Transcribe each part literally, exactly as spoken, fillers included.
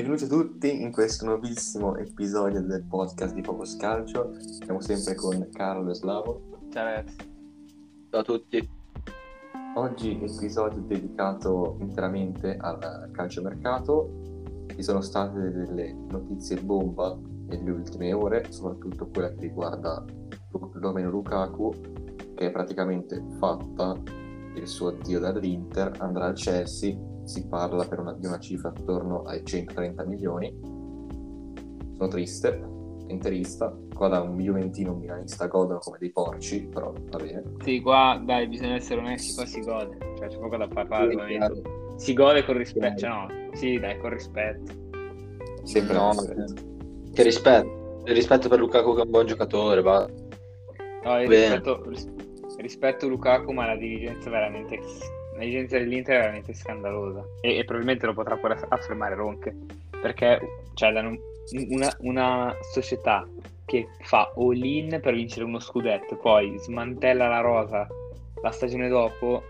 Benvenuti a tutti in questo nuovissimo episodio del podcast di Focus Calcio. Siamo sempre con Carlo e Slavo. Ciao ragazzi. Ciao a tutti. Oggi episodio dedicato interamente al calciomercato. Ci sono state delle notizie bomba nelle ultime ore, soprattutto quella che riguarda Romelu Lukaku, che è praticamente fatta il suo addio dall'Inter, andrà al Chelsea. Si parla per una, di una cifra attorno ai centotrenta milioni. Sono triste, interista. Qua da un juventino e un milanista godono come dei porci, però va bene. Sì, qua dai, bisogna essere onesti, qua si gode, cioè c'è poco da parlare. Sì, veramente. Si gode con rispetto, cioè no, sì dai, con rispetto. Sempre No, rispetto. Che rispetto. Il rispetto per Lukaku che è un buon giocatore, va. No, il Bene. rispetto, ris- rispetto Lukaku, ma la dirigenza veramente, la dirigenza dell'Inter è veramente scandalosa e, e probabilmente lo potrà pure aff- affermare Ronche, perché cioè danno una, una società che fa all-in per vincere uno scudetto, poi smantella la rosa la stagione dopo,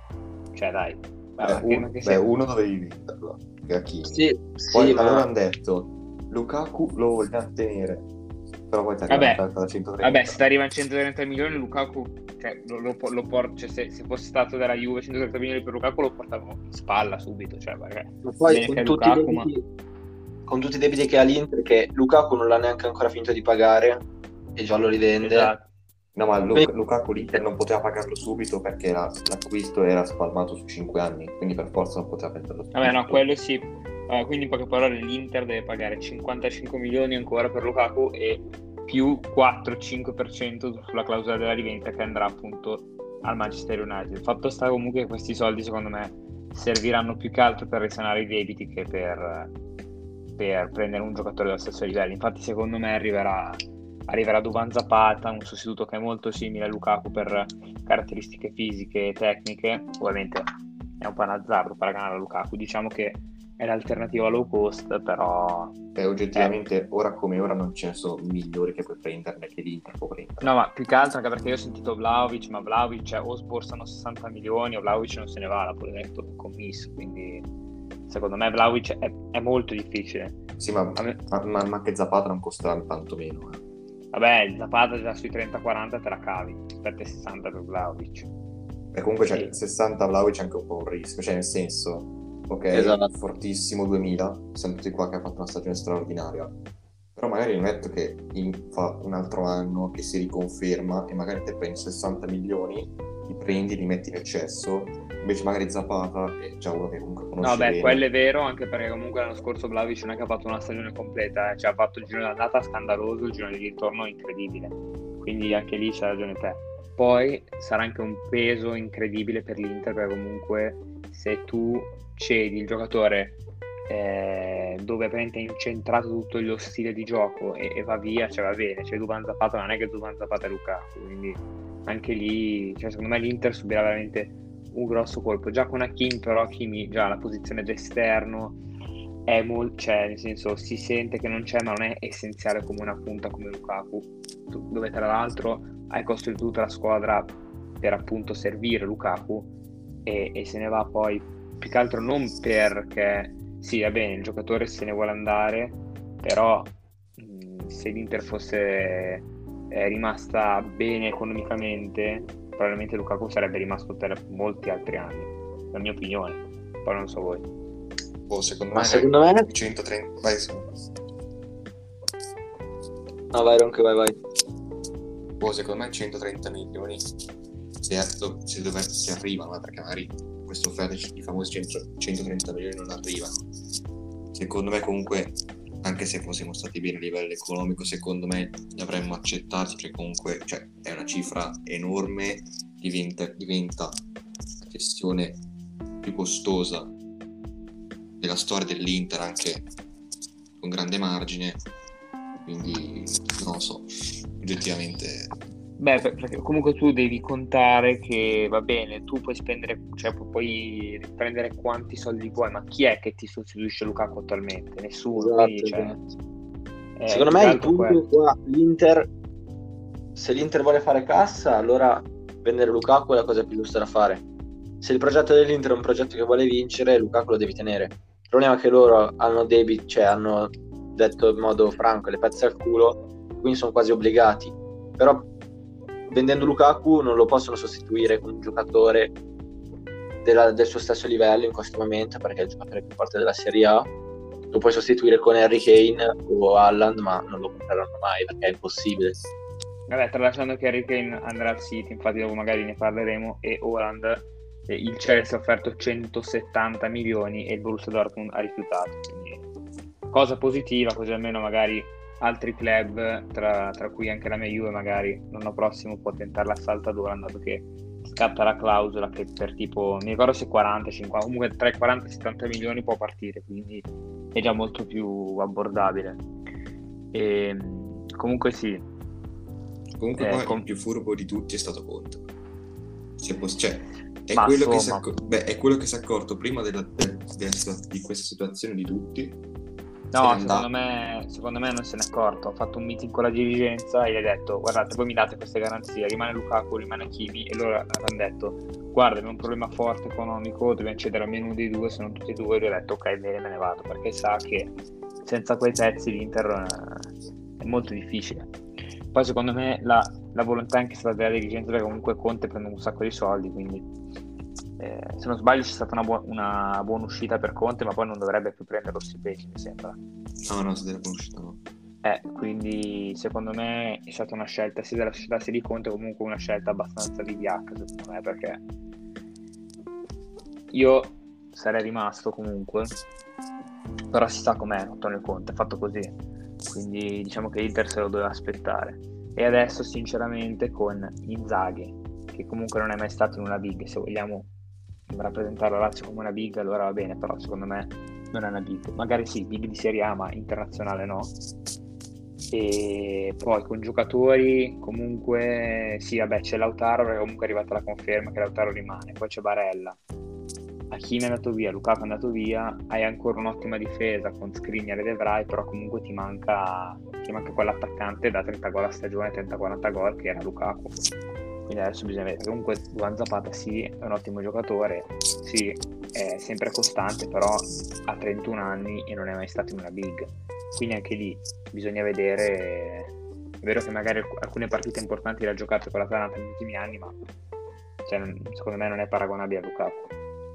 cioè dai, guarda, Beh, che- uno, che beh, sei- uno dovevi venderlo, che Hakimi. Sì, Poi sì, allora ma hanno detto Lukaku lo vogliamo tenere, però poi ti arriva Vabbè, l'offerta da centotrenta. Vabbè, se ti arrivano centotrenta milioni, Lukaku, cioè, lo, lo, lo por- cioè, se, se fosse stato della Juve centotrenta milioni per Lukaku, lo portavo in spalla subito, cioè, perché ma poi bene che con è tutti, i Lukaku, ma debiti, con tutti i debiti che ha l'Inter, che Lukaku non l'ha neanche ancora finito di pagare e già lo rivende. esatto. No, ma Lu- Quindi- Lukaku l'Inter non poteva pagarlo subito perché la- l'acquisto era spalmato su cinque anni, quindi per forza non poteva prenderlo subito. Vabbè, no, quello sì. Vabbè, quindi in poche parole l'Inter deve pagare cinquantacinque milioni ancora per Lukaku e più quattro cinque per cento sulla clausola della rivendita che andrà appunto al Manchester United. Il fatto sta comunque che questi soldi secondo me serviranno più che altro per risanare i debiti che per, per prendere un giocatore dello stesso livello. Infatti secondo me arriverà arriverà Duvan Zapata, un sostituto che è molto simile a Lukaku per caratteristiche fisiche e tecniche. Ovviamente è un po' un azzardo paragonare a Lukaku, diciamo che è l'alternativa low cost, però Beh, oggettivamente ora come ora non ce ne sono migliori che puoi prenderne che l'Inter può prendere. no, ma più che altro anche perché io ho sentito Vlahovic, ma Vlahovic, cioè, o sborsano sessanta milioni o Vlahovic non se ne va, l'ha pure detto commisso, quindi secondo me Vlahovic è, è molto difficile. Sì, ma, A me- ma, ma, ma che Zapata non costerà tanto meno. eh. Vabbè, Zapata già sui trenta quaranta te la cavi rispetto ai sessanta per Vlahovic. E comunque c'è Sì. sessanta Vlahovic è anche un po' un rischio, cioè nel senso, ok, Esatto. fortissimo duemila, siamo tutti qua che ha fatto una stagione straordinaria, però magari non è detto che in- fa un altro anno che si riconferma e magari te prendi sessanta milioni, li prendi, li metti nel cesso, invece magari Zapata è già uno che comunque conosce No, beh, bene. quello è vero, anche perché comunque l'anno scorso Vlahovic non è che ha fatto una stagione completa, eh. Cioè ha fatto il giro d'andata scandaloso, il giro di ritorno incredibile, quindi anche lì c'ha ragione te. Poi sarà anche un peso incredibile per l'Inter, perché comunque se tu cedi il giocatore eh, dove praticamente è incentrato tutto lo stile di gioco e, e va via, cioè va bene, c'è Duvan Zapata, non è che Duvan Zapata è Lukaku, quindi anche lì, cioè, secondo me l'Inter subirà veramente un grosso colpo. Già con Hakimi, però Hakimi già la posizione d'esterno è molto, cioè nel senso si sente che non c'è, ma non è essenziale come una punta come Lukaku, dove tra l'altro hai costruito tutta la squadra per appunto servire Lukaku e, e se ne va poi più che altro non perché sì va bene il giocatore se ne vuole andare, però mh, se l'Inter fosse eh, rimasta bene economicamente probabilmente Lukaku sarebbe rimasto per molti altri anni, la mia opinione, poi non so voi. Oh, secondo Ma me secondo me centotrenta, vai su. no, vai Ronche, vai vai. Boh, secondo me centotrenta milioni se, se, dove, se arrivano, eh, perché magari queste offerte i famosi cento centotrenta milioni non arrivano. Secondo me comunque, anche se fossimo stati bene a livello economico, secondo me li avremmo accettati, perché comunque cioè, è una cifra enorme, diventa, diventa la gestione più costosa della storia dell'Inter, anche con grande margine, quindi non lo so, oggettivamente. Beh, per- perché comunque tu devi contare che va bene, tu puoi spendere, cioè pu- puoi prendere quanti soldi vuoi, ma chi è che ti sostituisce Lukaku attualmente? Nessuno, Esatto, quindi cioè, esatto. eh, Secondo più me che il altro punto quello. qua, l'Inter, se l'Inter vuole fare cassa, allora vendere Lukaku è la cosa più giusta da fare. Se il progetto dell'Inter è un progetto che vuole vincere, Lukaku lo devi tenere. problema è che loro hanno debiti, cioè hanno, detto in modo franco, le pezze al culo, quindi sono quasi obbligati. Però vendendo Lukaku non lo possono sostituire con un giocatore della, del suo stesso livello in questo momento, perché è il giocatore più forte della Serie A. Lo puoi sostituire con Harry Kane o Haaland, ma non lo compreranno mai perché è impossibile. Vabbè, tralasciando che Harry Kane andrà al City, infatti dopo magari ne parleremo, e Haaland, eh, il Chelsea ha offerto centosettanta milioni e il Borussia Dortmund ha rifiutato, quindi cosa positiva, così almeno magari altri club, tra, tra cui anche la mia Juve, magari l'anno prossimo può tentare l'assalto ad Haaland, dato che scatta la clausola che per tipo, mi ricordo se quaranta, cinquanta, comunque tra i quaranta e i settanta milioni può partire, quindi è già molto più abbordabile. E, comunque sì. Comunque Eh, poi com- il più furbo di tutti è stato Conte. Se poss- cioè, è Ma quello, che si è insomma. accor- beh, è quello che si è accorto prima della, de- della situa- di questa situazione di tutti. Se No, n'è secondo andato. me, secondo me non se n'è accorto. Ha fatto un meeting con la dirigenza e gli ha detto: guardate, voi mi date queste garanzie, rimane Lukaku, rimane Kimi. E loro hanno detto: guarda, abbiamo un problema forte economico, dobbiamo cedere almeno uno dei due, se non tutti e due. E lui ha detto: ok, bene, me ne vado, perché sa che senza quei pezzi l'Inter eh, è molto difficile. Poi secondo me la, la volontà è anche stata della dirigenza, perché comunque Conte prende un sacco di soldi, quindi eh, se non sbaglio c'è stata una, buo- una buona uscita per Conte, ma poi non dovrebbe più prendere lo stipendio, mi sembra. No, no, se della conosciuta no. Eh, quindi secondo me è stata una scelta sia della società sia di Conte, comunque una scelta abbastanza vigliacca secondo me, perché io sarei rimasto comunque, però si sa com'è Antonio Conte, è fatto così, quindi diciamo che l'Inter se lo doveva aspettare. E adesso sinceramente con Inzaghi, che comunque non è mai stato in una big, se vogliamo rappresentare la Lazio come una big allora va bene, però secondo me non è una big, magari sì, big di Serie A ma internazionale no. E poi con giocatori comunque sì, vabbè, c'è Lautaro, perché comunque è arrivata la conferma che Lautaro rimane, poi c'è Barella, Hakimi è andato via, Lukaku è andato via, hai ancora un'ottima difesa con Skriniar e De Vrij, però comunque ti manca ti manca quell'attaccante da trenta gol a stagione, trenta quaranta gol che era Lukaku. Quindi adesso bisogna vedere. Comunque Duan Zapata sì, è un ottimo giocatore, sì, è sempre costante, però ha trentuno anni e non è mai stato in una big. Quindi anche lì bisogna vedere. È vero che magari alcune partite importanti le ha giocate con l'Atalanta negli ultimi anni, ma cioè, secondo me non è paragonabile a Lukaku.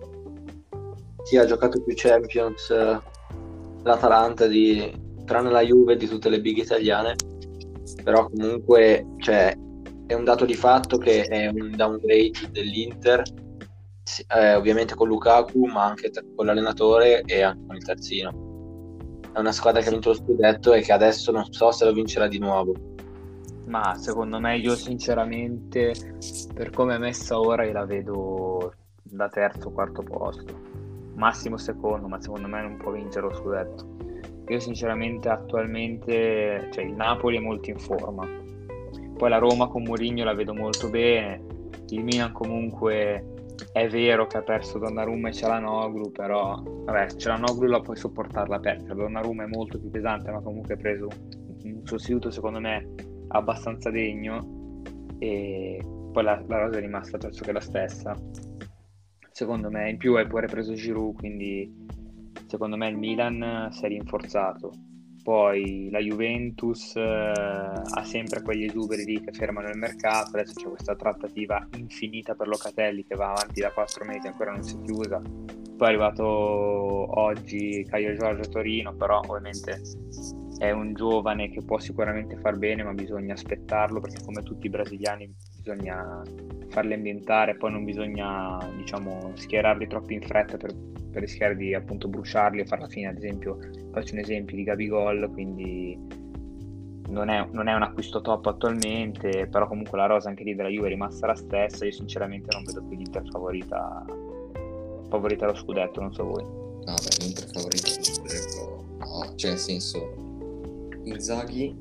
Sì, ha giocato più Champions eh, l'Atalanta di, tranne la Juve, di tutte le big italiane, però comunque cioè, è un dato di fatto che è un downgrade dell'Inter, sì, eh, ovviamente con Lukaku, ma anche t- con l'allenatore e anche con il terzino. È una squadra che ha vinto lo scudetto e che adesso non so se lo vincerà di nuovo. Ma secondo me, io sinceramente, per come è messa ora, io la vedo da terzo o quarto posto, massimo secondo, ma secondo me non può vincere lo scudetto. Io sinceramente attualmente, cioè il Napoli è molto in forma, poi la Roma con Mourinho la vedo molto bene, il Milan comunque è vero che ha perso Donnarumma e Çalhanoğlu, però vabbè, Çalhanoğlu la puoi sopportarla perdere, Donnarumma è molto più pesante, ma comunque ha preso un sostituto secondo me abbastanza degno, e poi la, la rosa è rimasta penso che la stessa secondo me. In più hai pure preso Giroud, quindi secondo me il Milan si è rinforzato. Poi la Juventus eh, ha sempre quegli esuberi lì che fermano il mercato, adesso c'è questa trattativa infinita per Locatelli che va avanti da quattro mesi, ancora non si è chiusa. Poi è arrivato oggi Caio Jorge a Torino, però ovviamente è un giovane che può sicuramente far bene, ma bisogna aspettarlo, perché come tutti i brasiliani bisogna farli ambientare, poi non bisogna, diciamo, schierarli troppo in fretta per, per rischiare di appunto bruciarli e far la fine. Ad esempio, faccio un esempio di Gabigol, quindi non è, non è un acquisto top attualmente, però comunque la rosa anche lì della Juve è rimasta la stessa. Io sinceramente non vedo più l'Inter favorita favorita allo scudetto, non so voi. No, beh, l'Inter favorito allo scudetto no, cioè nel senso Inzaghi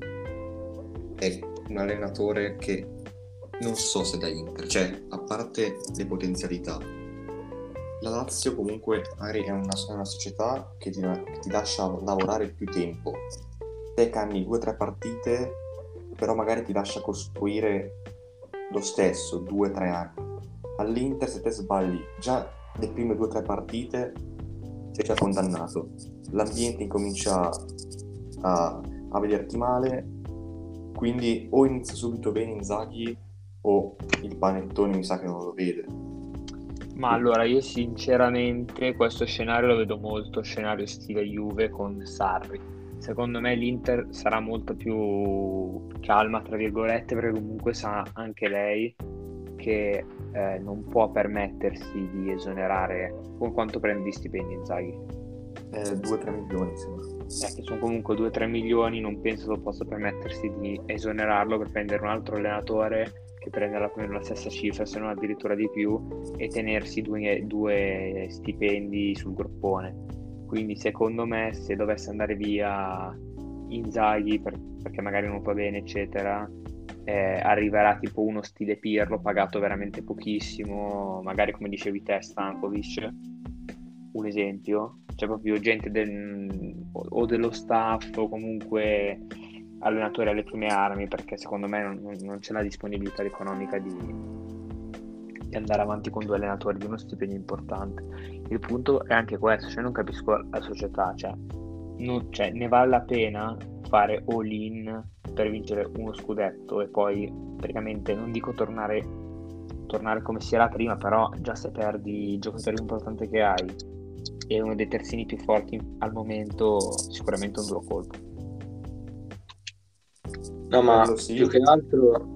è un allenatore che non so se da Inter, cioè a parte le potenzialità, la Lazio comunque magari è una, è una società che ti, che ti lascia lavorare più tempo, te cambi due o tre partite, però magari ti lascia costruire lo stesso due o tre anni. All'Inter se te sbagli già le prime due o tre partite sei già condannato. L'ambiente incomincia a, a vederti male, quindi o inizia subito bene Inzaghi o il panettone mi sa che non lo vede. Ma allora io sinceramente questo scenario lo vedo molto scenario stile Juve con Sarri. Secondo me l'Inter sarà molto più calma tra virgolette, perché comunque sa anche lei che eh, non può permettersi di esonerare. Con quanto prende di stipendi Inzaghi? Eh, due tre milioni sembra. Eh, che sono comunque due tre milioni, non penso lo possa permettersi di esonerarlo per prendere un altro allenatore che prende la, la stessa cifra, se non addirittura di più, e tenersi due, due stipendi sul groppone. Quindi secondo me se dovesse andare via Inzaghi per, perché magari non va bene eccetera, eh, arriverà tipo uno stile Pirlo pagato veramente pochissimo, magari come dicevi te Stankovic, un esempio, cioè proprio gente del, o dello staff o comunque allenatori alle prime armi, perché secondo me non, non c'è la disponibilità economica di, di andare avanti con due allenatori di uno stipendio importante. Il punto è anche questo, cioè non capisco la società, cioè, non, cioè ne vale la pena fare all in per vincere uno scudetto e poi praticamente non dico tornare tornare come si era prima, però già se perdi il giocatore più importante che hai e uno dei terzini più forti al momento, sicuramente un duro colpo. No, ma Quello sì. più che altro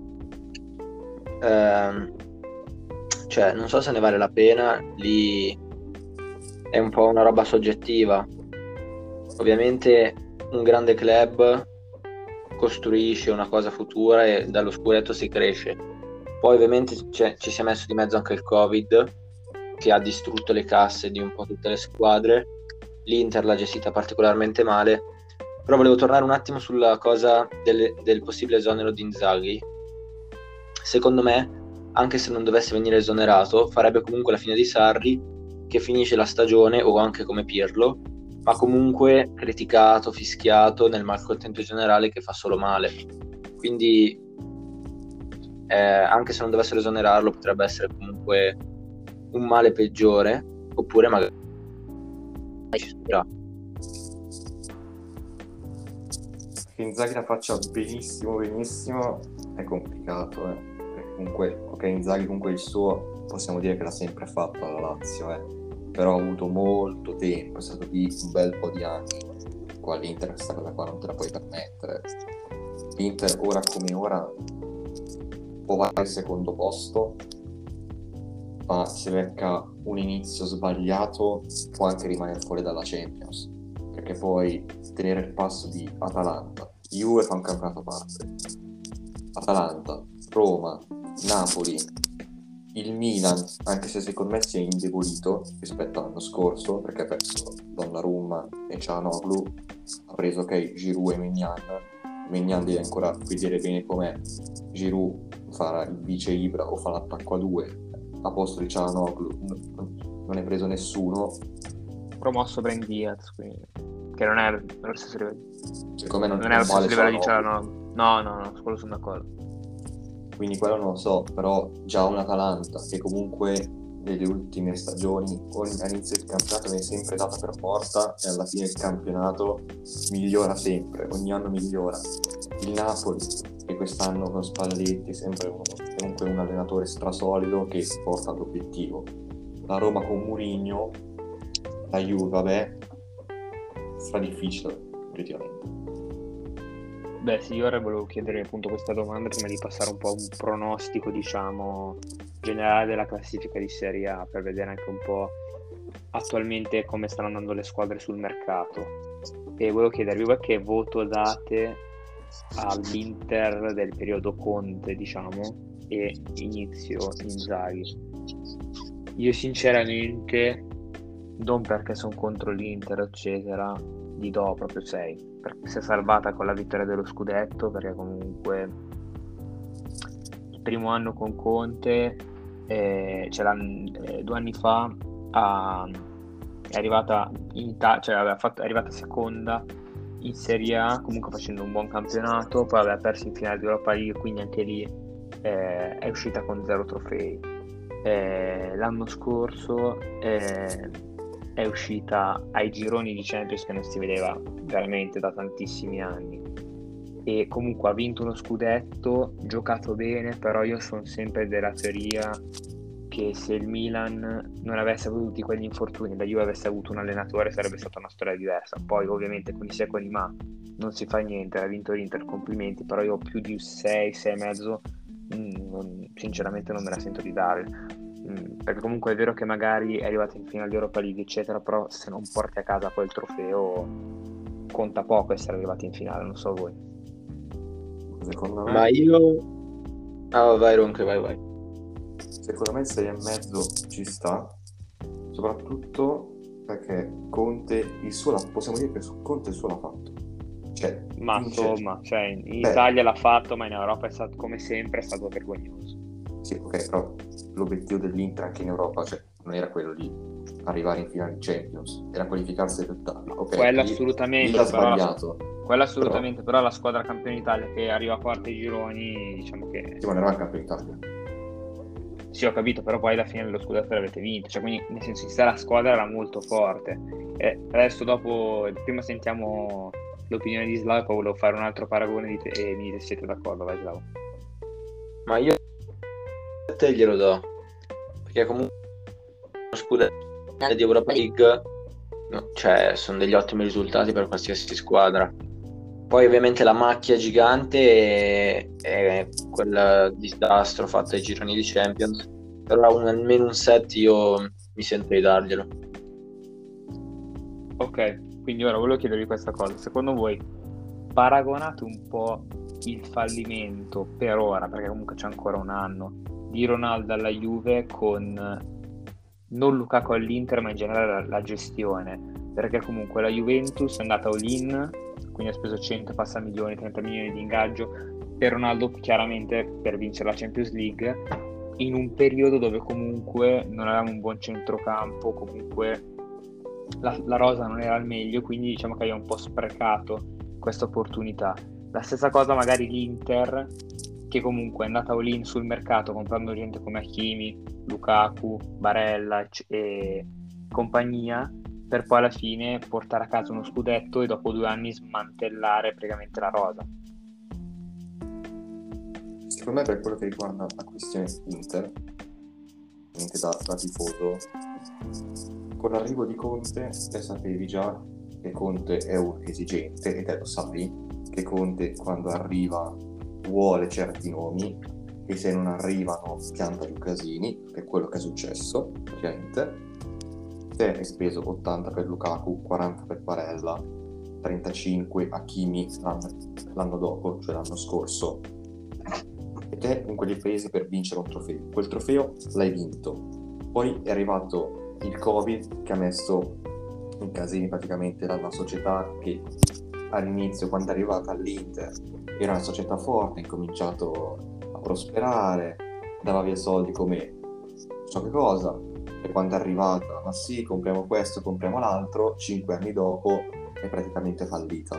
ehm, cioè non so se ne vale la pena, lì è un po' una roba soggettiva. Ovviamente un grande club costruisce una cosa futura e dallo scudetto si cresce. Poi ovviamente c'è- ci si è messo di mezzo anche il Covid, che ha distrutto le casse di un po' tutte le squadre. L'Inter l'ha gestita particolarmente male. Però volevo tornare un attimo sulla cosa del, del possibile esonero di Inzaghi. Secondo me, anche se non dovesse venire esonerato, farebbe comunque la fine di Sarri, che finisce la stagione, o anche come Pirlo, ma comunque criticato, fischiato nel malcontento generale che fa solo male. Quindi, eh, anche se non dovessero esonerarlo, potrebbe essere comunque un male peggiore, oppure magari ci stupirà. Che Inzaghi la faccia benissimo benissimo è complicato, eh. Perché comunque, ok, Inzaghi comunque il suo possiamo dire che l'ha sempre fatto alla Lazio, eh. Però ha avuto molto tempo, è stato di un bel po' di anni. Qua all'Inter questa cosa qua non te la puoi permettere. L'Inter ora come ora può fare il secondo posto, ma se becca un inizio sbagliato può anche rimanere fuori dalla Champions, perché poi tenere il passo di Atalanta, Juve fa un campionato a parte, Atalanta, Roma, Napoli, il Milan, anche se secondo me si è indebolito rispetto all'anno scorso perché ha perso Donnarumma e Çalhanoğlu, ha preso ok Giroud e Maignan. Maignan deve ancora vedere bene com'è, Giroud farà il vice Ibra o fa l'attacco a due a posto di Çalhanoğlu, non è preso nessuno. Promosso Brahim Diaz, quindi che non è allo stesso livello, Secondo me non, non è allo stesso vale livello di Çalhanoğlu. Çalhanoğlu. No, no, no, su quello sono d'accordo. Quindi quello non lo so, però già un Atalanta che comunque nelle ultime stagioni all'inizio del campionato viene sempre data per morta e alla fine del campionato migliora sempre, ogni anno migliora. Il Napoli che quest'anno con Spalletti è sempre uno, comunque un allenatore strasolido che porta all'obiettivo. La Roma con Mourinho, la Juve vabbè, sarà difficile oggettivamente. Beh sì, io ora volevo chiedere appunto questa domanda prima di passare un po' a un pronostico, diciamo, generale della classifica di Serie A, per vedere anche un po' attualmente come stanno andando le squadre sul mercato. E volevo chiedervi voi che voto date all'Inter del periodo Conte, diciamo, e inizio Inzaghi. Io sinceramente, non perché sono contro l'Inter eccetera, gli do proprio sei, perché si è salvata con la vittoria dello scudetto, perché comunque il primo anno con Conte eh, cioè eh, due anni fa ha, è arrivata in Italia, cioè aveva fatto, è arrivata seconda in Serie A, comunque facendo un buon campionato, poi aveva perso in finale di Europa League, quindi anche lì eh, è uscita con zero trofei. Eh, l'anno scorso eh, è uscita ai gironi di Champions che non si vedeva veramente da tantissimi anni, e comunque ha vinto uno scudetto, giocato bene, però io sono sempre della teoria che se il Milan non avesse avuto tutti quegli infortuni, la Juve avesse avuto un allenatore, sarebbe stata una storia diversa. Poi ovviamente con i secoli ma non si fa niente, ha vinto l'Inter, complimenti, però io più di sei, sei e mezzo mh, sinceramente non me la sento di dare, mh, perché comunque è vero che magari è arrivato in finale di Europa League eccetera, però se non porti a casa poi il trofeo conta poco essere arrivati in finale, non so voi. Secondo me, Ma io... Ah, vai Ronche, vai, vai. secondo me il sei e mezzo ci sta, soprattutto perché Conte il suo l'ha- possiamo dire che su- Conte il suo l'ha fatto. Cioè, Ma vince- insomma, cioè, in Beh. Italia l'ha fatto, ma in Europa è stato, come sempre, è stato vergognoso. Sì, ok, però l'obiettivo dell'Inter anche in Europa, cioè, non era quello di arrivare in finale di Champions, era qualificarsi all'ottava. Ok, Quello lì- assolutamente, lì l'ha però la- sbagliato. Quello assolutamente, però la squadra campione d'Italia che arriva a quarti ai gironi, diciamo che Sì, ma non era il campione d'Italia. sì, ho capito, però poi alla fine dello scudetto l'avete vinto, cioè quindi nel senso che la squadra era molto forte. E adesso dopo, prima sentiamo l'opinione di Slavo, poi volevo fare un altro paragone di te, e mi dite se siete d'accordo, vai Slavo. Ma io a te glielo do, perché comunque lo scudetto di Europa League, no, cioè sono degli ottimi risultati per qualsiasi squadra. Poi ovviamente la macchia gigante è, è quel disastro fatto ai gironi di Champions, però un, almeno un set io mi sento di darglielo. Ok, quindi ora volevo chiedervi questa cosa. Secondo voi paragonate un po' il fallimento per ora, perché comunque c'è ancora un anno, di Ronaldo alla Juve con non Lukaku all'Inter, ma in generale la, la gestione, perché comunque la Juventus è andata all-in, quindi ha speso cento passa milioni, trenta milioni di ingaggio, e Ronaldo chiaramente per vincere la Champions League, in un periodo dove comunque non avevamo un buon centrocampo, comunque la, la rosa non era al meglio, quindi diciamo che abbiamo un po' sprecato questa opportunità. La stessa cosa magari l'Inter, che comunque è andata all-in sul mercato comprando gente come Hakimi, Lukaku, Barella e compagnia, per poi alla fine portare a casa uno scudetto e dopo due anni smantellare praticamente la rosa. Secondo me per quello che riguarda la questione Inter, niente da, da tifoso, con l'arrivo di Conte te sapevi già che Conte è un esigente, e te lo sai, che Conte quando arriva vuole certi nomi, e se non arrivano pianta giù casini, che è quello che è successo ovviamente. Te hai speso ottanta per Lukaku, quaranta per Barella, trentacinque Hakimi l'anno, l'anno dopo, cioè l'anno scorso, e te comunque li hai presi per vincere un trofeo. Quel trofeo l'hai vinto, poi è arrivato il Covid che ha messo in casini praticamente la, la società, che all'inizio quando è arrivata all'Inter era una società forte, ha incominciato a prosperare, dava via soldi come so che cosa, e quando è arrivata, ma sì, compriamo questo, compriamo l'altro, cinque anni dopo è praticamente fallita.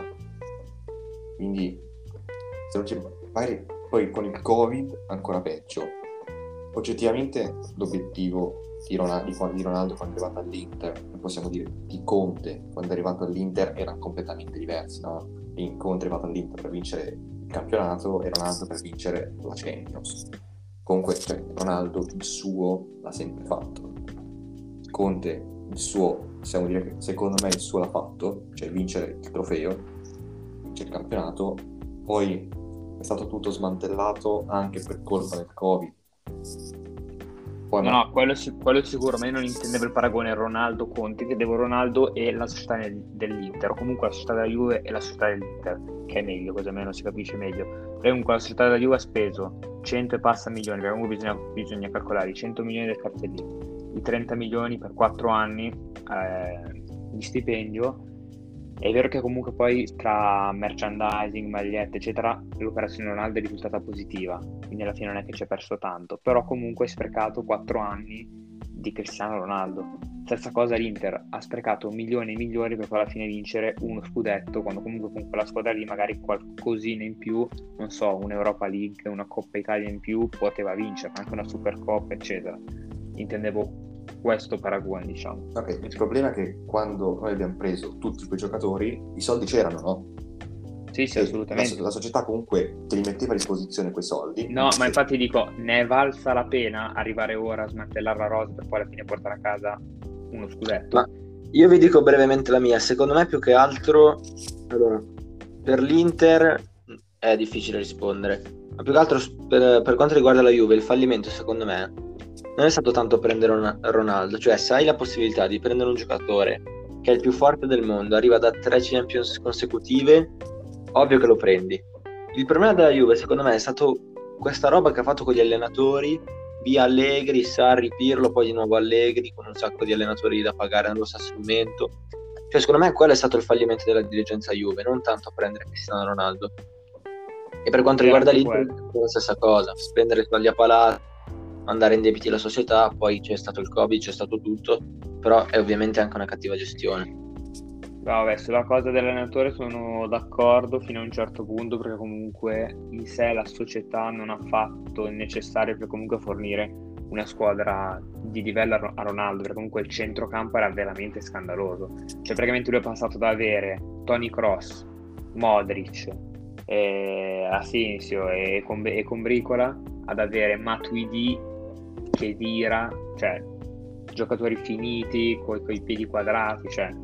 Quindi se non ci... magari poi con il Covid ancora peggio. Oggettivamente l'obiettivo di Ronaldo, di Ronaldo quando è arrivato all'Inter, possiamo dire di Conte quando è arrivato all'Inter, erano completamente diversi, no? Conte è arrivato all'Inter per vincere il campionato e Ronaldo per vincere la Champions. Comunque, cioè, Ronaldo il suo l'ha sempre fatto. Conte il suo, possiamo dire che secondo me il suo l'ha fatto, cioè vincere il trofeo, vincere il campionato. Poi è stato tutto smantellato anche per colpa del Covid. Poi No, ma... no, quello, quello sicuro, ma io non intendevo il paragone Ronaldo-Conte, intendevo Ronaldo e la società nel, dell'Inter, o comunque la società della Juve e la società dell'Inter, che è meglio, così almeno si capisce meglio. E comunque la società della Juve ha speso cento e passa milioni, perché comunque bisogna, bisogna calcolare i cento milioni del cartellino, i trenta milioni per quattro anni eh, di stipendio. È vero che comunque poi tra merchandising, magliette eccetera l'operazione Ronaldo è risultata positiva, quindi alla fine non è che ci ha perso tanto, però comunque hai sprecato quattro anni di Cristiano Ronaldo. Stessa cosa l'Inter, ha sprecato milioni e milioni per poi alla fine vincere uno scudetto, quando comunque con quella squadra lì magari qualcosina in più, non so, un'Europa League, una Coppa Italia in più poteva vincere, anche una Supercoppa eccetera. Intendevo questo paragone, diciamo. Ok, il problema è che quando noi abbiamo preso tutti quei giocatori, i soldi c'erano, no? Sì, sì, E assolutamente. La, la società comunque te li metteva a disposizione quei soldi. No, Se- ma infatti dico, ne è valsa la pena arrivare ora a smantellare la rosa per poi alla fine portare a casa uno scudetto? Ma io vi dico brevemente la mia. Secondo me più che altro, allora, per l'Inter è difficile rispondere, ma più che altro per, per quanto riguarda la Juve, il fallimento secondo me non è stato tanto prendere un- Ronaldo, cioè se hai la possibilità di prendere un giocatore che è il più forte del mondo, arriva da tre Champions consecutive, ovvio che lo prendi. Il problema della Juve secondo me è stato questa roba che ha fatto con gli allenatori, via Allegri, Sarri, Pirlo, poi di nuovo Allegri con un sacco di allenatori da pagare nello stesso momento. Cioè secondo me quello è stato il fallimento della dirigenza Juve, non tanto prendere Cristiano Ronaldo. E per quanto Sì, riguarda anche l'Inter è la stessa cosa, spendere soldi a palate, mandare in debiti la società, poi c'è stato il Covid, c'è stato tutto, però è ovviamente anche una cattiva gestione. Vabbè, sulla cosa dell'allenatore sono d'accordo fino a un certo punto, perché comunque in sé la società non ha fatto il necessario per comunque fornire una squadra di livello a Ro- a Ronaldo, perché comunque il centrocampo era veramente scandaloso. Cioè praticamente lui è passato da avere Toni Kroos, Modric, eh, Asensio e, Com- e Combricola ad avere Matuidi, Khedira, cioè giocatori finiti con i piedi quadrati, cioè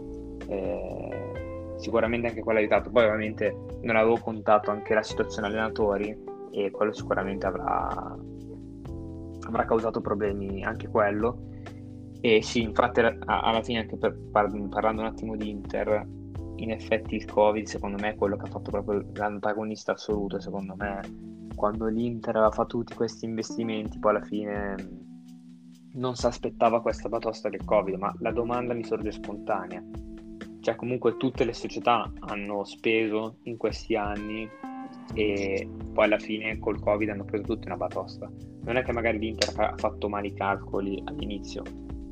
eh, sicuramente anche quello ha aiutato. Poi ovviamente non avevo contato anche la situazione allenatori e quello sicuramente avrà avrà causato problemi anche quello. E sì, infatti a- alla fine anche per par- parlando un attimo di Inter, in effetti il Covid secondo me è quello che ha fatto proprio l'antagonista assoluto. Secondo me quando l'Inter aveva fatto tutti questi investimenti poi alla fine non si aspettava questa batosta del Covid. Ma la domanda mi sorge spontanea, cioè comunque tutte le società hanno speso in questi anni e poi alla fine col Covid hanno preso tutti una batosta. Non è che magari l'Inter ha fatto male i calcoli all'inizio?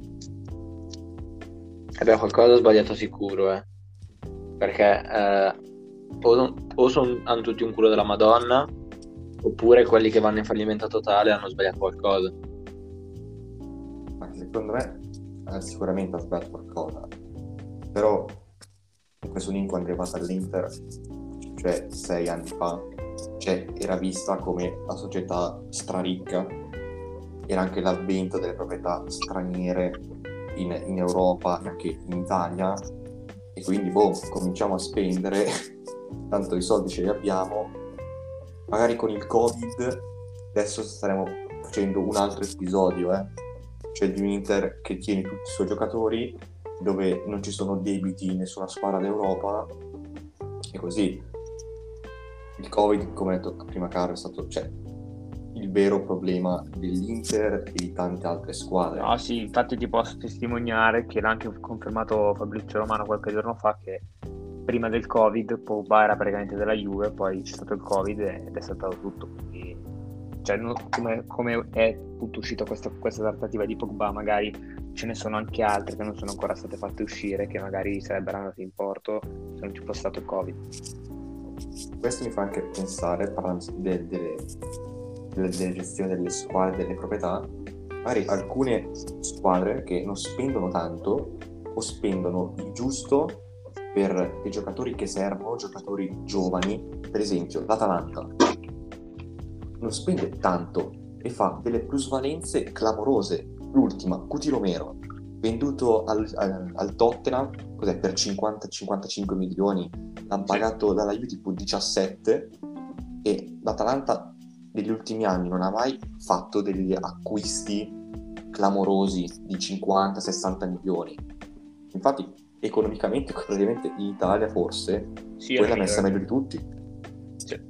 Abbiamo qualcosa sbagliato sicuro, eh. Perché eh, o, o son- hanno tutti un culo della Madonna, oppure quelli che vanno in fallimento totale hanno sbagliato qualcosa. Ma secondo me eh, sicuramente ha sbagliato qualcosa. Però comunque su Ninco è arrivata all'Inter, cioè sei anni fa, cioè era vista come la società straricca, era anche l'avvento delle proprietà straniere in, in Europa e anche in Italia, e quindi boh, cominciamo a spendere, tanto i soldi ce li abbiamo, magari con il Covid adesso staremo facendo un altro episodio, eh? Cioè di un Inter che tiene tutti i suoi giocatori, dove non ci sono debiti in nessuna squadra d'Europa, e così. Il Covid, come ha detto prima Caro, è stato cioè, il vero problema dell'Inter e di tante altre squadre. No, sì, infatti ti posso testimoniare che l'ha anche confermato Fabrizio Romano qualche giorno fa, che prima del Covid Pogba era praticamente della Juve, poi c'è stato il Covid ed è saltato tutto. Quindi, cioè, no- come, come è appunto uscita questa, questa trattativa di Pogba, magari ce ne sono anche altre che non sono ancora state fatte uscire, che magari sarebbero andate in porto se non ci fosse stato il Covid. Questo mi fa anche pensare, parlando de- delle, delle, delle gestioni delle squadre, delle proprietà, magari alcune squadre che non spendono tanto o spendono il giusto per i giocatori che servono, giocatori giovani. Per esempio l'Atalanta non spende tanto e fa delle plusvalenze clamorose. L'ultima, Cuti Romero, venduto al, al, al Tottenham, cos'è, per cinquanta cinquantacinque milioni, l'hanno pagato dalla Juve tipo diciassette, e l'Atalanta negli ultimi anni non ha mai fatto degli acquisti clamorosi di cinquanta sessanta milioni. Infatti economicamente praticamente in Italia forse Sì, quella è è messa migliore. meglio di tutti. Sì.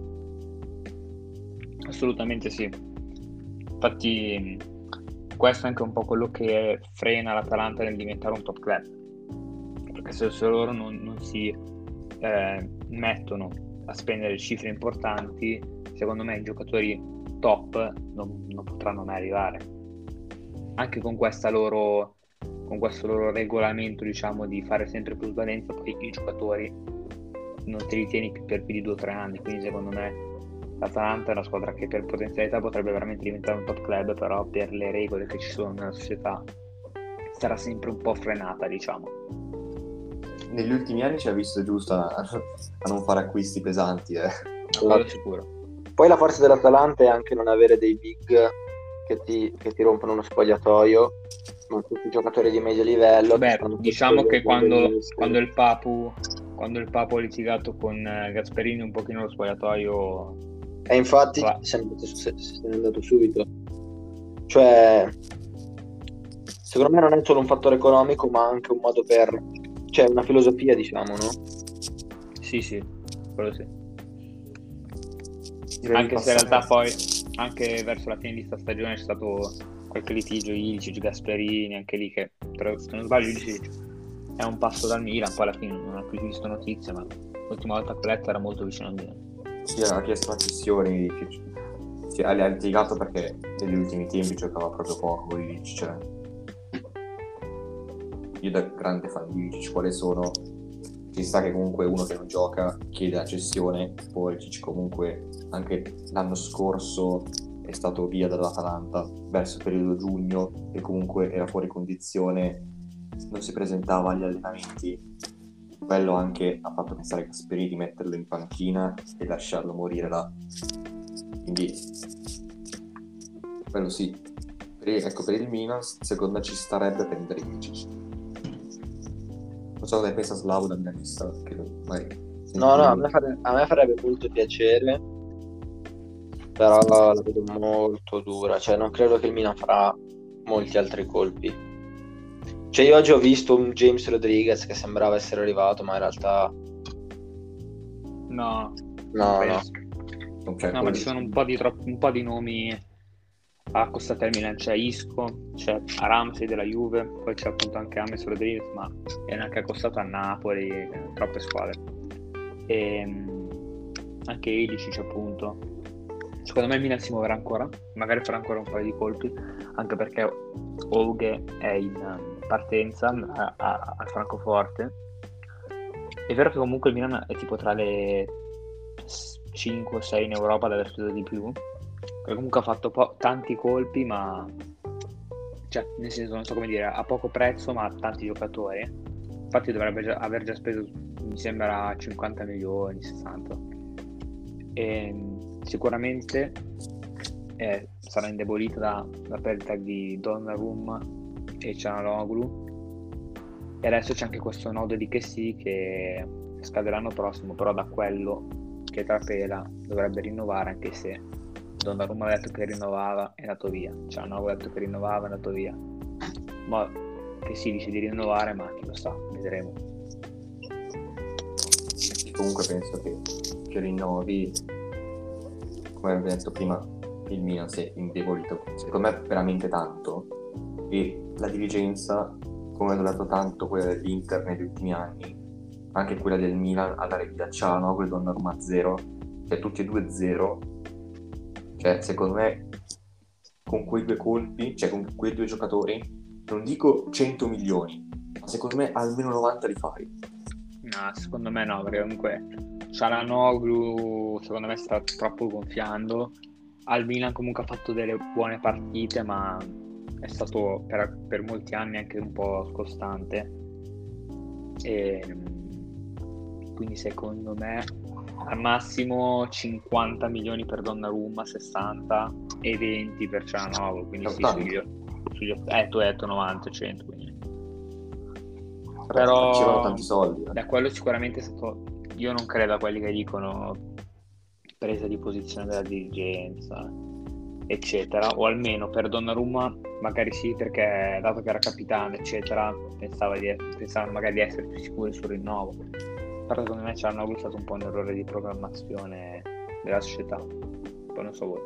Assolutamente sì. Infatti questo è anche un po' quello che frena l'Atalanta nel diventare un top club, perché se, se loro non, non si eh, mettono a spendere cifre importanti, secondo me i giocatori top non, non potranno mai arrivare. Anche con questa loro con questo loro regolamento, diciamo, di fare sempre plusvalenza, poi i giocatori non te li tieni più per più di due o tre anni, quindi secondo me l'Atalanta è una squadra che per potenzialità potrebbe veramente diventare un top club, però per le regole che ci sono nella società sarà sempre un po' frenata, diciamo. Negli ultimi anni ci ha visto giusto a, a non fare acquisti pesanti, eh. Quello sicuro. Poi la forza dell'Atalanta è anche non avere dei big che ti, che ti rompono uno spogliatoio, ma tutti i giocatori di medio livello. Beh, che diciamo che quando, quando il Papu quando il Papu ha litigato con Gasperini un pochino lo spogliatoio, e infatti Va. se n'è andato, se, se n'è andato subito. Cioè, secondo me non è solo un fattore economico, ma anche un modo per, cioè una filosofia, diciamo, no? Sì, sì, quello sì. Direi Anche di se in passare- realtà poi anche verso la fine di sta stagione c'è stato qualche litigio Ilicic, Gasperini, anche lì che, però, se non sbaglio, Ilicic è un passo dal Milan, poi alla fine non ho più visto notizie, ma l'ultima volta che ho letto era molto vicino al Milan. Sì, ha chiesto una cessione, sì, ha ha litigato perché negli ultimi tempi giocava proprio poco Ilicic, cioè. Io da grande fan di Ilicic quale sono, ci sta che comunque uno che non gioca chiede la cessione, poi Ilicic comunque anche l'anno scorso è stato via dall'Atalanta verso il periodo giugno e comunque era fuori condizione, non si presentava agli allenamenti. Quello anche ha fatto pensare a Gasperini di metterlo in panchina e lasciarlo morire là. Quindi quello sì. Per il, ecco, per il Milan secondo me ci starebbe prendere Ilicic. Non so cosa ne pensa Slavo da milanista, che magari No, no, a me, fare- a me farebbe molto piacere, però la vedo molto dura, cioè non credo che il Milan farà molti altri colpi. Cioè io oggi ho visto un James Rodriguez che sembrava essere arrivato, ma in realtà No, no, no. penso. Cioè, No, ma ci sono un po' di, tro- un po' di nomi accostati al Milan. C'è Isco, c'è Ramsey della Juve, poi c'è appunto anche James Rodriguez, ma è anche accostato a Napoli, eh, troppe squadre. E mh, anche Ilicic appunto. Secondo me il Milan si muoverà ancora, magari farà ancora un paio di colpi, anche perché Oughe è in um, partenza a- a- al Francoforte. È vero che comunque il Milan è tipo tra le cinque o sei in Europa ad aver speso di più, che comunque ha fatto po- tanti colpi, ma cioè nel senso non so come dire, a poco prezzo ma tanti giocatori. Infatti dovrebbe già, aver già speso, mi sembra, cinquanta milioni, sessanta. E sicuramente eh, sarà indebolita da, da perdita di Donnarumma e Çalhanoğlu, e adesso c'è anche questo nodo di Kessie che scaderà l'anno prossimo, però da quello che trapela dovrebbe rinnovare, anche se Donnarumma ha detto che rinnovava, è andato via. Çalhanoğlu ha detto che rinnovava, è andato via. Ma che si dice di rinnovare, ma chi lo sa, vedremo. Comunque penso che, che rinnovi, come abbiamo detto prima, il Milan si è indebolito, secondo me veramente tanto, e la dirigenza, come ha dato tanto quella dell'Inter negli ultimi anni, anche quella del Milan a dare via Çalhanoğlu e Donnarumma a zero, cioè tutti e due zero, cioè secondo me con quei due colpi, cioè con quei due giocatori, non dico cento milioni, ma secondo me almeno novanta li fai. No, secondo me no, perché comunque Çalhanoğlu secondo me sta troppo gonfiando. Al Milan comunque ha fatto delle buone partite, ma è stato per, per molti anni anche un po' scostante, e quindi secondo me al massimo cinquanta milioni per Donnarumma, sessanta e venti per Çalhanoğlu, quindi sì, sugli, sugli, eh, tu hai detto novanta cento, quindi però c'erano tanti soldi, eh. Da quello sicuramente è stato, io non credo a quelli che dicono presa di posizione della dirigenza eccetera, o almeno per Donnarumma magari sì, perché dato che era capitano eccetera pensava di, pensavano magari di essere più sicuri sul rinnovo, però secondo me Çalhanoğlu è stato un po' un errore di programmazione della società, poi non so voi.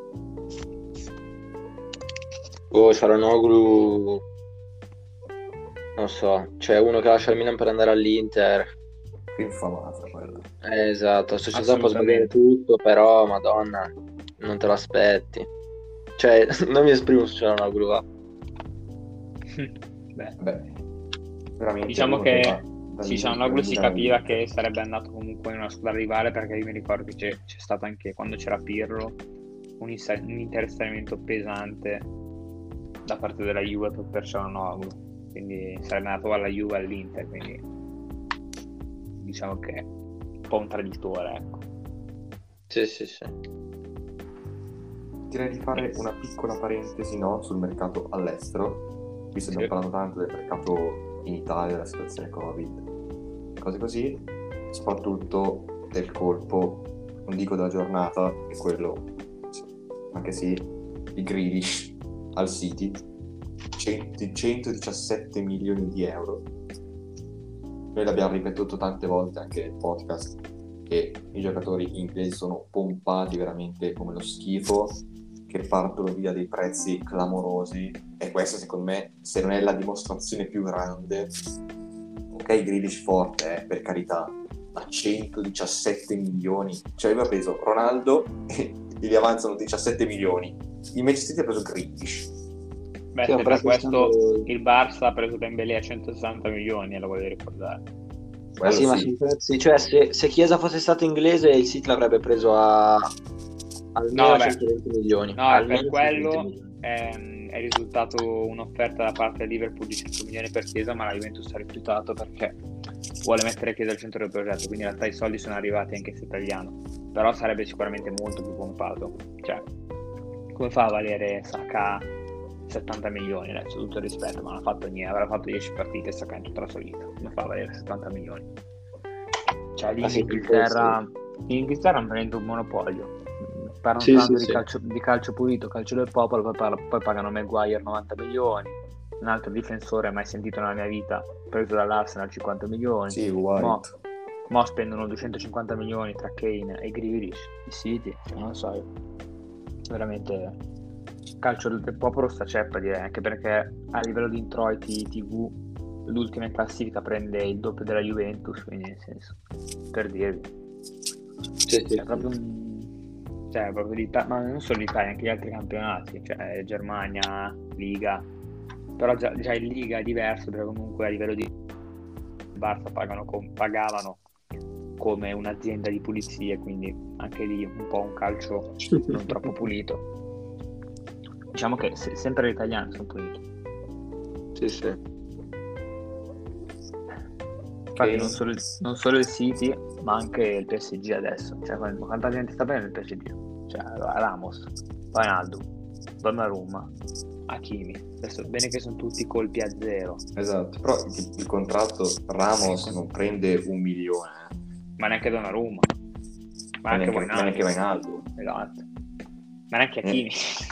Oh, Çalhanoğlu non so, c'è uno che lascia il Milan per andare all'Inter. Più infamata quella. Eh, esatto, la società può sbagliare tutto, però madonna, non te lo aspetti. Cioè, non mi esprimo su Çalhanoğlu, va. Beh, Beh, veramente diciamo uno che va Sì, Cianoglu si capiva che sarebbe andato comunque in una squadra rivale, perché io mi ricordo che c'è, c'è stato anche quando c'era Pirlo un, insa- un interessamento pesante da parte della Juve per Cianoglu, quindi sarebbe andato alla Juve, all'Inter, quindi diciamo che è un po' un traditore, ecco. Sì, sì, sì. Direi di fare una piccola parentesi, no, sul mercato all'estero, visto che Sì. abbiamo parlato tanto del mercato in Italia, della situazione Covid, cose così, soprattutto del colpo, non dico della giornata, è quello, anche sì, di Grealish al City, centodiciassette milioni di euro. Noi l'abbiamo ripetuto tante volte anche nel podcast, che i giocatori inglesi sono pompati veramente come lo schifo, che partono via dei prezzi clamorosi, e questa secondo me, se non è la dimostrazione più grande, ok, Grealish forte, eh, per carità, ma centodiciassette milioni, cioè aveva preso Ronaldo e gli avanzano diciassette milioni, il Manchester City ha preso Grealish. Beh, Sì, se un per prezzo questo stato- il Barça ha preso Dembélé a centosessanta milioni, e lo voglio ricordare. Ma Quello sì, ma sì. sono prezzi, cioè se, se Chiesa fosse stato inglese il City l'avrebbe preso a almeno No, vabbè. centoventi milioni. No, almeno per quello centoventi milioni. è, è risultato un'offerta da parte del Liverpool di cento milioni per Chiesa, ma la Juventus ha rifiutato perché vuole mettere Chiesa al centro del progetto, quindi in realtà i soldi sono arrivati anche se italiano, però sarebbe sicuramente molto più pompato. Cioè, come fa a valere Saka settanta milioni? Adesso tutto il rispetto, ma non ha fatto niente, avrà fatto dieci partite Saka in tutta la sua vita, come fa a valere settanta milioni? Cioè lì Ah, in sì, Inghilterra in Inghilterra hanno preso un monopolio, parlano Sì, tanto sì, di, sì. calcio, di calcio pulito, calcio del popolo, poi, parla- poi pagano Maguire novanta milioni, un altro difensore mai sentito nella mia vita preso dall'Arsenal cinquanta milioni. Sì, mo, White. mo spendono duecentocinquanta milioni tra Kane e Grealish, i City, cioè, non lo so, io. Veramente calcio del popolo sta ceppa, direi, anche perché a livello di introiti tivù l'ultima in classifica prende il doppio della Juventus, quindi nel senso, per dirvi, Sì, sì, è proprio un, cioè proprio l'Italia, ma non solo l'Italia, anche gli altri campionati, cioè Germania, Liga, però già, già in Liga è diverso, perché comunque a livello di Barça pagano com- pagavano come un'azienda di pulizie, quindi anche lì un po' un calcio non troppo pulito. Diciamo che se- sempre gli italiani sono puliti. sì, sì. Infatti Ok. non solo, il, non solo il City, ma anche il P S G adesso. Cioè, quanta gente sta bene il P S G? Cioè, Ramos, Wijnaldum, Donnarumma, Hakimi. Adesso bene che sono tutti colpi a zero. Esatto, però il, il contratto Ramos Sì. non prende un milione, eh. Ma neanche Donnarumma. Ma Ma anche neanche, ma neanche Wijnaldum. Wijnaldum. Esatto. Ma neanche Hakimi.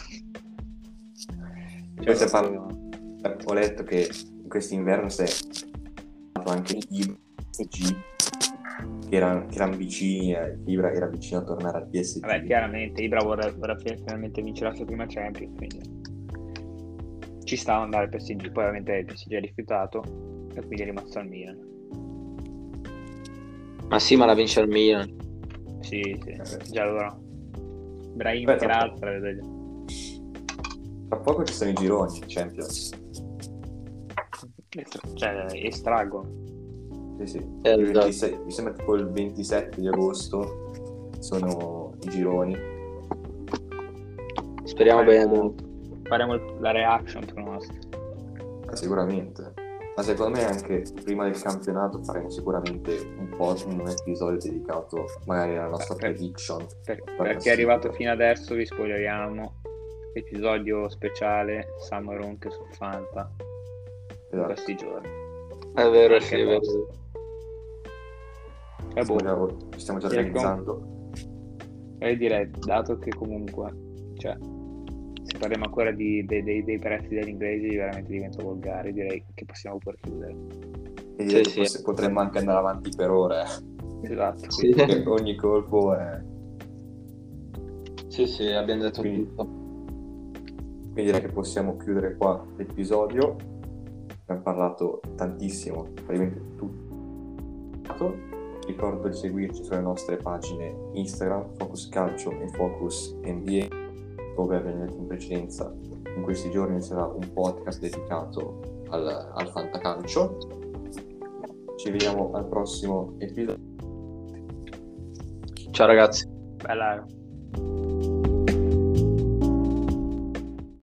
Poi se Cioè, parlo- ho letto che in quest'inverno si è fatto anche i P S G, che erano, che erano vicini, eh, Ibra era vicino a tornare al P S G. Vabbè, chiaramente Ibra vorrà, vorrà finalmente vincere la sua prima Champions, quindi ci stava andare al P S G. Poi ovviamente il P S G ha rifiutato e quindi è rimasto al Milan. Ma sì, ma la vince il Milan. Sì, sì, già allora Brahim Beh, che tra- l'altra, vedo già. Tra poco ci sono i gironi Champions. Cioè estraggono. Sì, sì. Eh, Il esatto. ventisei mi sembra tipo il ventisette di agosto sono i gironi. Speriamo Faremo- bene. Faremo il- la reaction pronostica. Eh, Sicuramente. Ma secondo me anche prima del campionato faremo sicuramente un po' un episodio dedicato magari alla nostra Per- prediction. Per, La per chi è arrivato classifica. fino adesso vi spoileriamo episodio speciale Summer Ronche su Fanta in Esatto. questi giorni. È vero, Anche sì, è vero. posto. E Stiamo boh, già, ci stiamo già Direi organizzando. e direi, dato che comunque, cioè, se parliamo ancora di, dei, dei, dei prezzi degli inglesi veramente diventa volgare, direi che possiamo pure chiudere. E direi Sì, che sì. poss- potremmo anche andare avanti per ore. eh. Esatto, Sì. quindi Perché ogni colpo è... Sì, sì, abbiamo detto Quindi- tutto. Quindi direi che possiamo chiudere qua l'episodio. Abbiamo parlato tantissimo, praticamente tutto. Ricordo di seguirci sulle nostre pagine Instagram, Focus Calcio e Focus N B A, dove abbiamo detto in precedenza, in questi giorni sarà un podcast dedicato al, al fantacalcio. Ci ci vediamo al prossimo episodio. Ciao ragazzi. Bella.